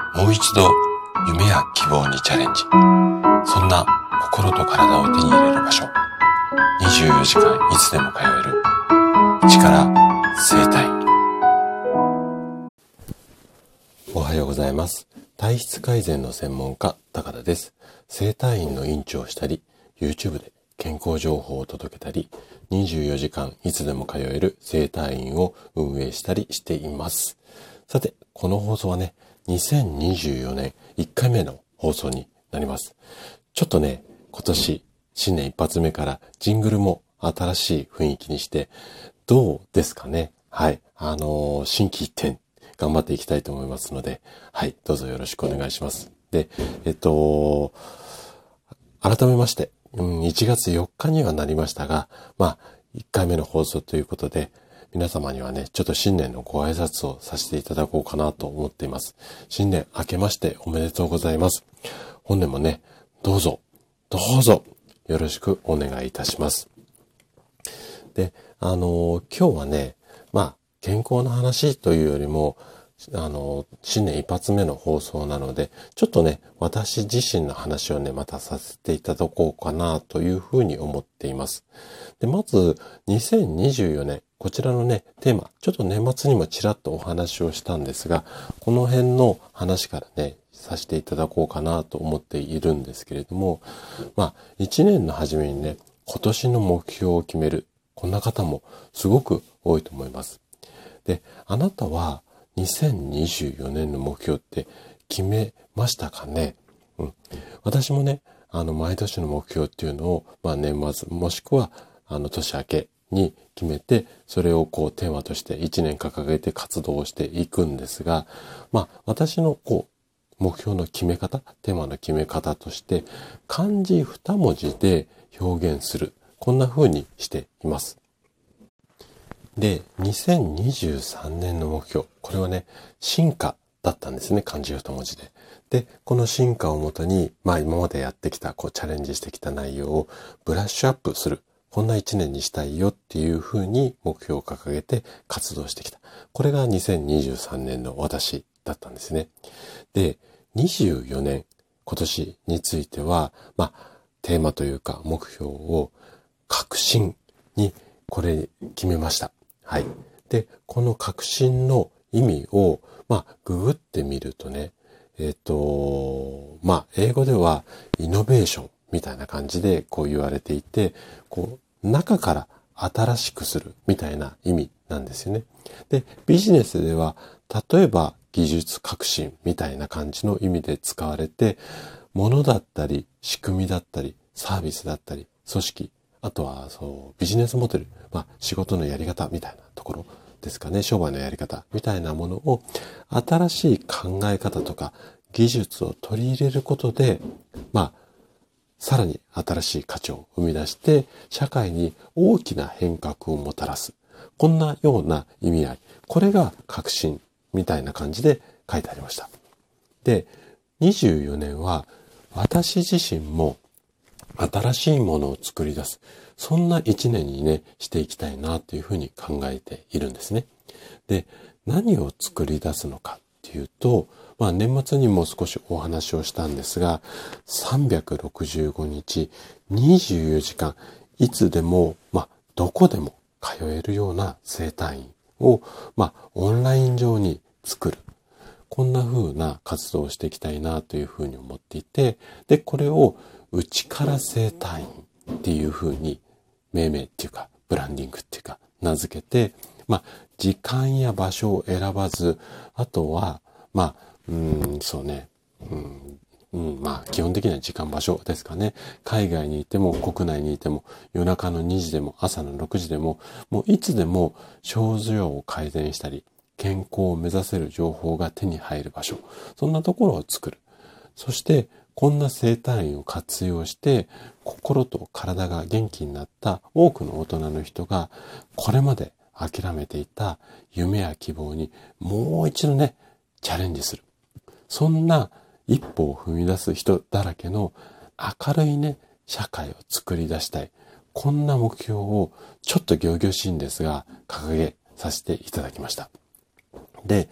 もう一度夢や希望にチャレンジ。そんな心と体を手に入れる場所。24時間いつでも通える一から整体。おはようございます。体質改善の専門家高田です。整体院の院長をしたり、 YouTube で健康情報を届けたり、24時間いつでも通える整体院を運営したりしています。さて、この放送はね、2024年1回目の放送になります。ちょっとね、今年新年一発目からジングルも新しい雰囲気にして、どうですかね。はい。心機一転頑張っていきたいと思いますので、はい。どうぞよろしくお願いします。で、改めまして、1月4日にはなりましたが、1回目の放送ということで、皆様にはね、ちょっと新年のご挨拶をさせていただこうかなと思っています。新年明けましておめでとうございます。本年もね、どうぞよろしくお願いいたします。で、今日はね、健康の話というよりも、新年一発目の放送なので、ちょっとね、私自身の話をね、またさせていただこうかなというふうに思っています。で、まず、2024年、こちらのね、テーマ、ちょっと年末にもちらっとお話をしたんですが、この辺の話からね、させていただこうかなと思っているんですけれども、一年の初めにね、今年の目標を決める。こんな方もすごく多いと思います。で、あなたは2024年の目標って決めましたかね？私もね、毎年の目標っていうのを、年末もしくは年明けに決めて、それをテーマとして1年掲げて活動をしていくんですが、私の目標の決め方、テーマの決め方として、漢字2文字で表現する。こんな風にしています。で、2023年の目標。これはね、進化だったんですね。漢字2文字で。で、この進化をもとに、今までやってきた、チャレンジしてきた内容をブラッシュアップする。こんな1年にしたいよっていう風に目標を掲げて活動してきた。これが2023年の私だったんですね。で、24年、今年については、テーマというか目標を革新にこれ決めました。はい。で、この革新の意味を、ググってみるとね、英語ではイノベーションみたいな感じで言われていて、中から新しくするみたいな意味なんですよね。で、ビジネスでは、例えば技術革新みたいな感じの意味で使われて、物だったり、仕組みだったり、サービスだったり、組織、あとはビジネスモデル、仕事のやり方みたいなところですかね、商売のやり方みたいなものを新しい考え方とか技術を取り入れることで、さらに新しい価値を生み出して社会に大きな変革をもたらす。こんなような意味合い。これが革新みたいな感じで書いてありました。で、24年は私自身も新しいものを作り出す。そんな一年にね、していきたいなというふうに考えているんですね。で、何を作り出すのかっていうと、年末にも少しお話をしたんですが、365日、24時間、いつでも、どこでも通えるような整体院を、オンライン上に作る。こんな風な活動をしていきたいなというふうに思っていて、で、これを内から整体院っていう風に命名っていうかブランディングっていうか名付けて、時間や場所を選ばず、あとは基本的には時間場所ですかね。海外にいても国内にいても夜中の2時でも朝の6時でも、もういつでも症状を改善したり健康を目指せる情報が手に入る場所、そんなところを作る。そしてこんな整体院を活用して心と体が元気になった多くの大人の人がこれまで諦めていた夢や希望にもう一度ね、チャレンジする。そんな一歩を踏み出す人だらけの明るいね、社会を作り出したい。こんな目標をちょっと仰々しいんですが掲げさせていただきました。で、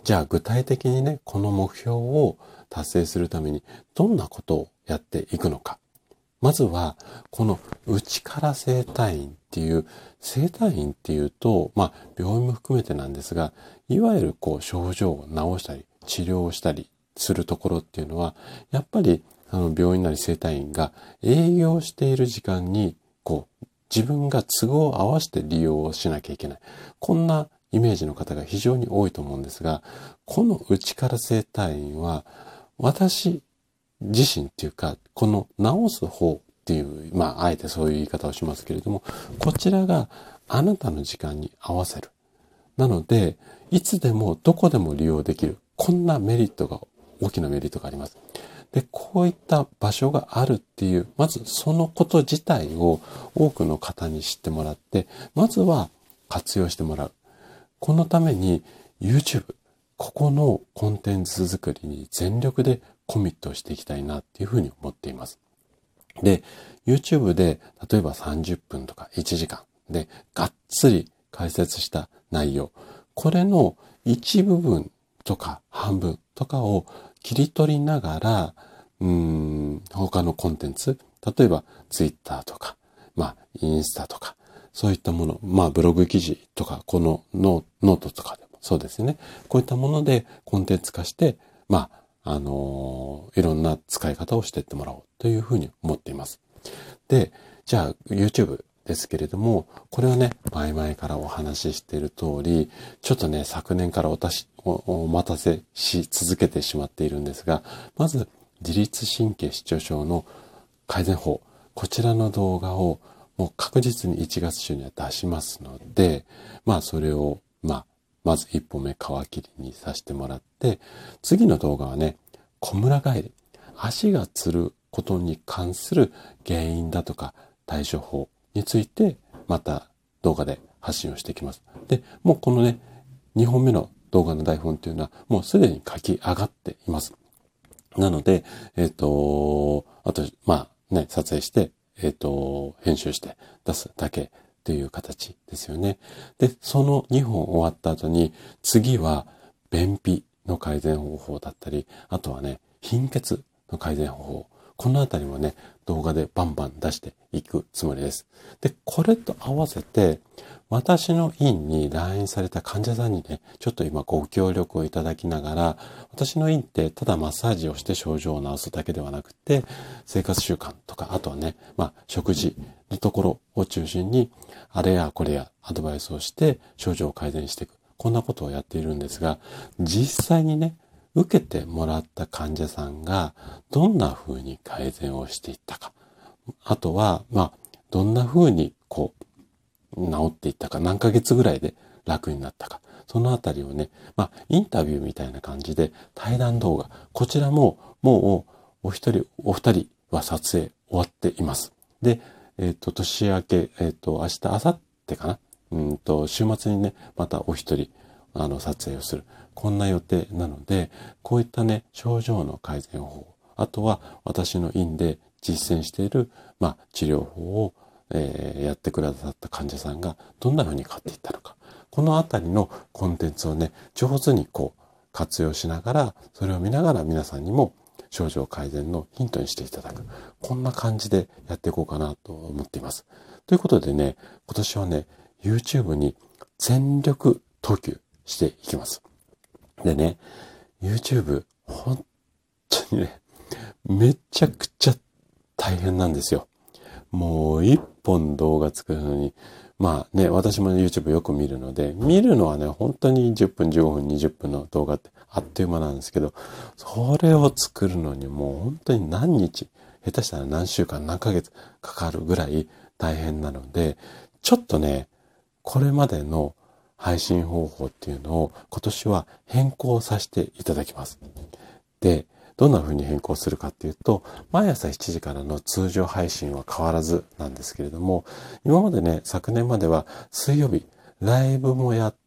じゃあ具体的にね、この目標を達成するためにどんなことをやっていくのか。まずは、この内から整体院っていう、整体院っていうと、病院も含めてなんですが、いわゆる症状を治したり、治療をしたりするところっていうのは、やっぱり病院なり整体院が営業している時間に、自分が都合を合わせて利用をしなきゃいけない。こんなイメージの方が非常に多いと思うんですが、この内から整体院は、私自身っていうか、この治す方っていう、あえてそういう言い方をしますけれども、こちらがあなたの時間に合わせる。なので、いつでもどこでも利用できる。こんなメリットが、大きなメリットがあります。で、こういった場所があるっていう、まずそのこと自体を多くの方に知ってもらって、まずは活用してもらう。このために YouTube、ここのコンテンツ作りに全力でコミットしていきたいなっていうふうに思っています。で、YouTube で例えば30分とか1時間でがっつり解説した内容、これの一部分とか半分とかを切り取りながら、他のコンテンツ、例えば Twitter とか、インスタとか、そういったもの、ブログ記事とか、このノートとかでもそうですね。こういったものでコンテンツ化して、いろんな使い方をしていってもらおうというふうに思っています。で、じゃあ YouTube ですけれども、これはね、前々からお話ししている通り、ちょっとね、昨年からお待たせし続けてしまっているんですが、まず、自律神経失調症の改善法、こちらの動画をもう確実に1月中には出しますので、それを、まず一歩目皮切りにさせてもらって、次の動画はね、小村帰り、足がつることに関する原因だとか対処法について、また動画で発信をしていきます。で、もうこのね、2本目の動画の台本っていうのはもうすでに書き上がっています。なので、あと、撮影して、編集して出すだけっていう形ですよね。で、その2本終わった後に、次は便秘の改善方法だったり、あとはね、貧血の改善方法。このあたりもね、動画でバンバン出していくつもりです。で、これと合わせて、私の院に来院された患者さんにね、ちょっと今ご協力をいただきながら、私の院ってただマッサージをして症状を治すだけではなくて、生活習慣とか、あとはね、食事のところを中心に、あれやこれやアドバイスをして症状を改善していく。こんなことをやっているんですが、実際にね、受けてもらった患者さんがどんな風に改善をしていったか。あとは、どんな風に治っていったか、何ヶ月ぐらいで楽になったか。そのあたりをね、インタビューみたいな感じで対談動画。こちらももうお二人は撮影終わっています。で、年明け、明日、明後日かな。週末にね、またお一人、撮影をする。こんな予定なので、こういったね、症状の改善法。あとは、私の院で実践している、治療法を、やってくださった患者さんがどんな風に変わっていったのか。このあたりのコンテンツをね、上手に活用しながら、それを見ながら皆さんにも症状改善のヒントにしていただく。こんな感じでやっていこうかなと思っています。ということでね、今年はね、YouTube に全力投球していきます。でね、YouTube、本当にね、めちゃくちゃ大変なんですよ。もう一本動画作るのに、私も YouTube よく見るので、見るのはね、本当に10分、15分、20分の動画ってあっという間なんですけど、それを作るのにもう本当に何日、下手したら何週間、何ヶ月かかるぐらい大変なので、ちょっとね、これまでの配信方法っていうのを今年は変更させていただきます。で、どんな風に変更するかっていうと、毎朝7時からの通常配信は変わらずなんですけれども、今までね、昨年までは水曜日、ライブもやって、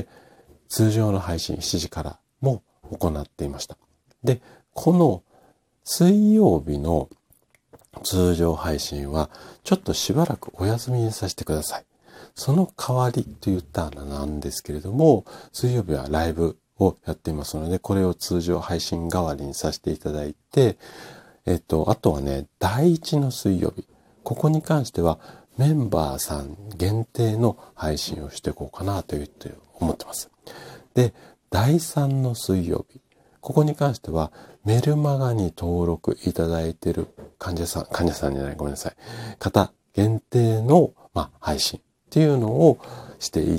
通常の配信7時からも行っていました。で、この水曜日の通常配信は、ちょっとしばらくお休みにさせてください。その代わりと言ったらなんですけれども、水曜日はライブをやっていますので、これを通常配信代わりにさせていただいて、あとはね、第1の水曜日。ここに関してはメンバーさん限定の配信をしていこうかなと思ってます。で、第3の水曜日。ここに関してはメルマガに登録いただいている患者さんじゃない、ごめんなさい。方限定の、配信っていうのをしていって、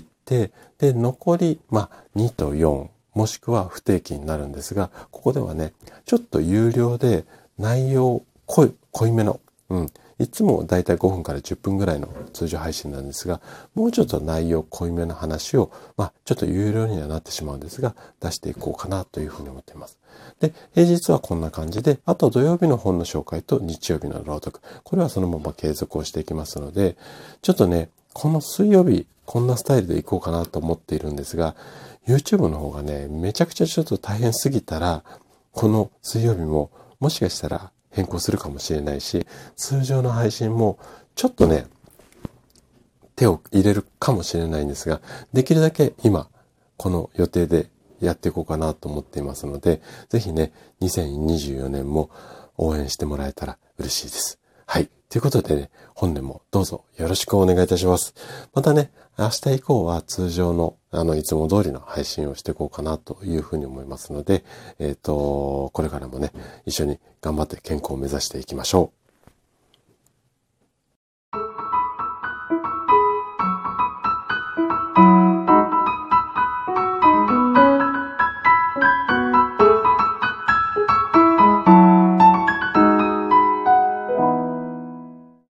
で、残り、2と4、もしくは不定期になるんですが、ここではね、ちょっと有料で内容濃いめの、いつもだいたい5分から10分ぐらいの通常配信なんですが、もうちょっと内容濃いめの話を、ちょっと有料にはなってしまうんですが、出していこうかなというふうに思っています。で、平日はこんな感じで、あと土曜日の本の紹介と日曜日の朗読、これはそのまま継続をしていきますので、ちょっとね、この水曜日、こんなスタイルでいこうかなと思っているんですが、YouTube の方がね、めちゃくちゃちょっと大変すぎたら、この水曜日ももしかしたら変更するかもしれないし、通常の配信もちょっとね、手を入れるかもしれないんですが、できるだけ今、この予定でやっていこうかなと思っていますので、ぜひね、2024年も応援してもらえたら嬉しいです。はい。ということでね、本年もどうぞよろしくお願いいたします。またね、明日以降は通常の、いつも通りの配信をしていこうかなというふうに思いますので、これからもね、一緒に頑張って健康を目指していきましょう。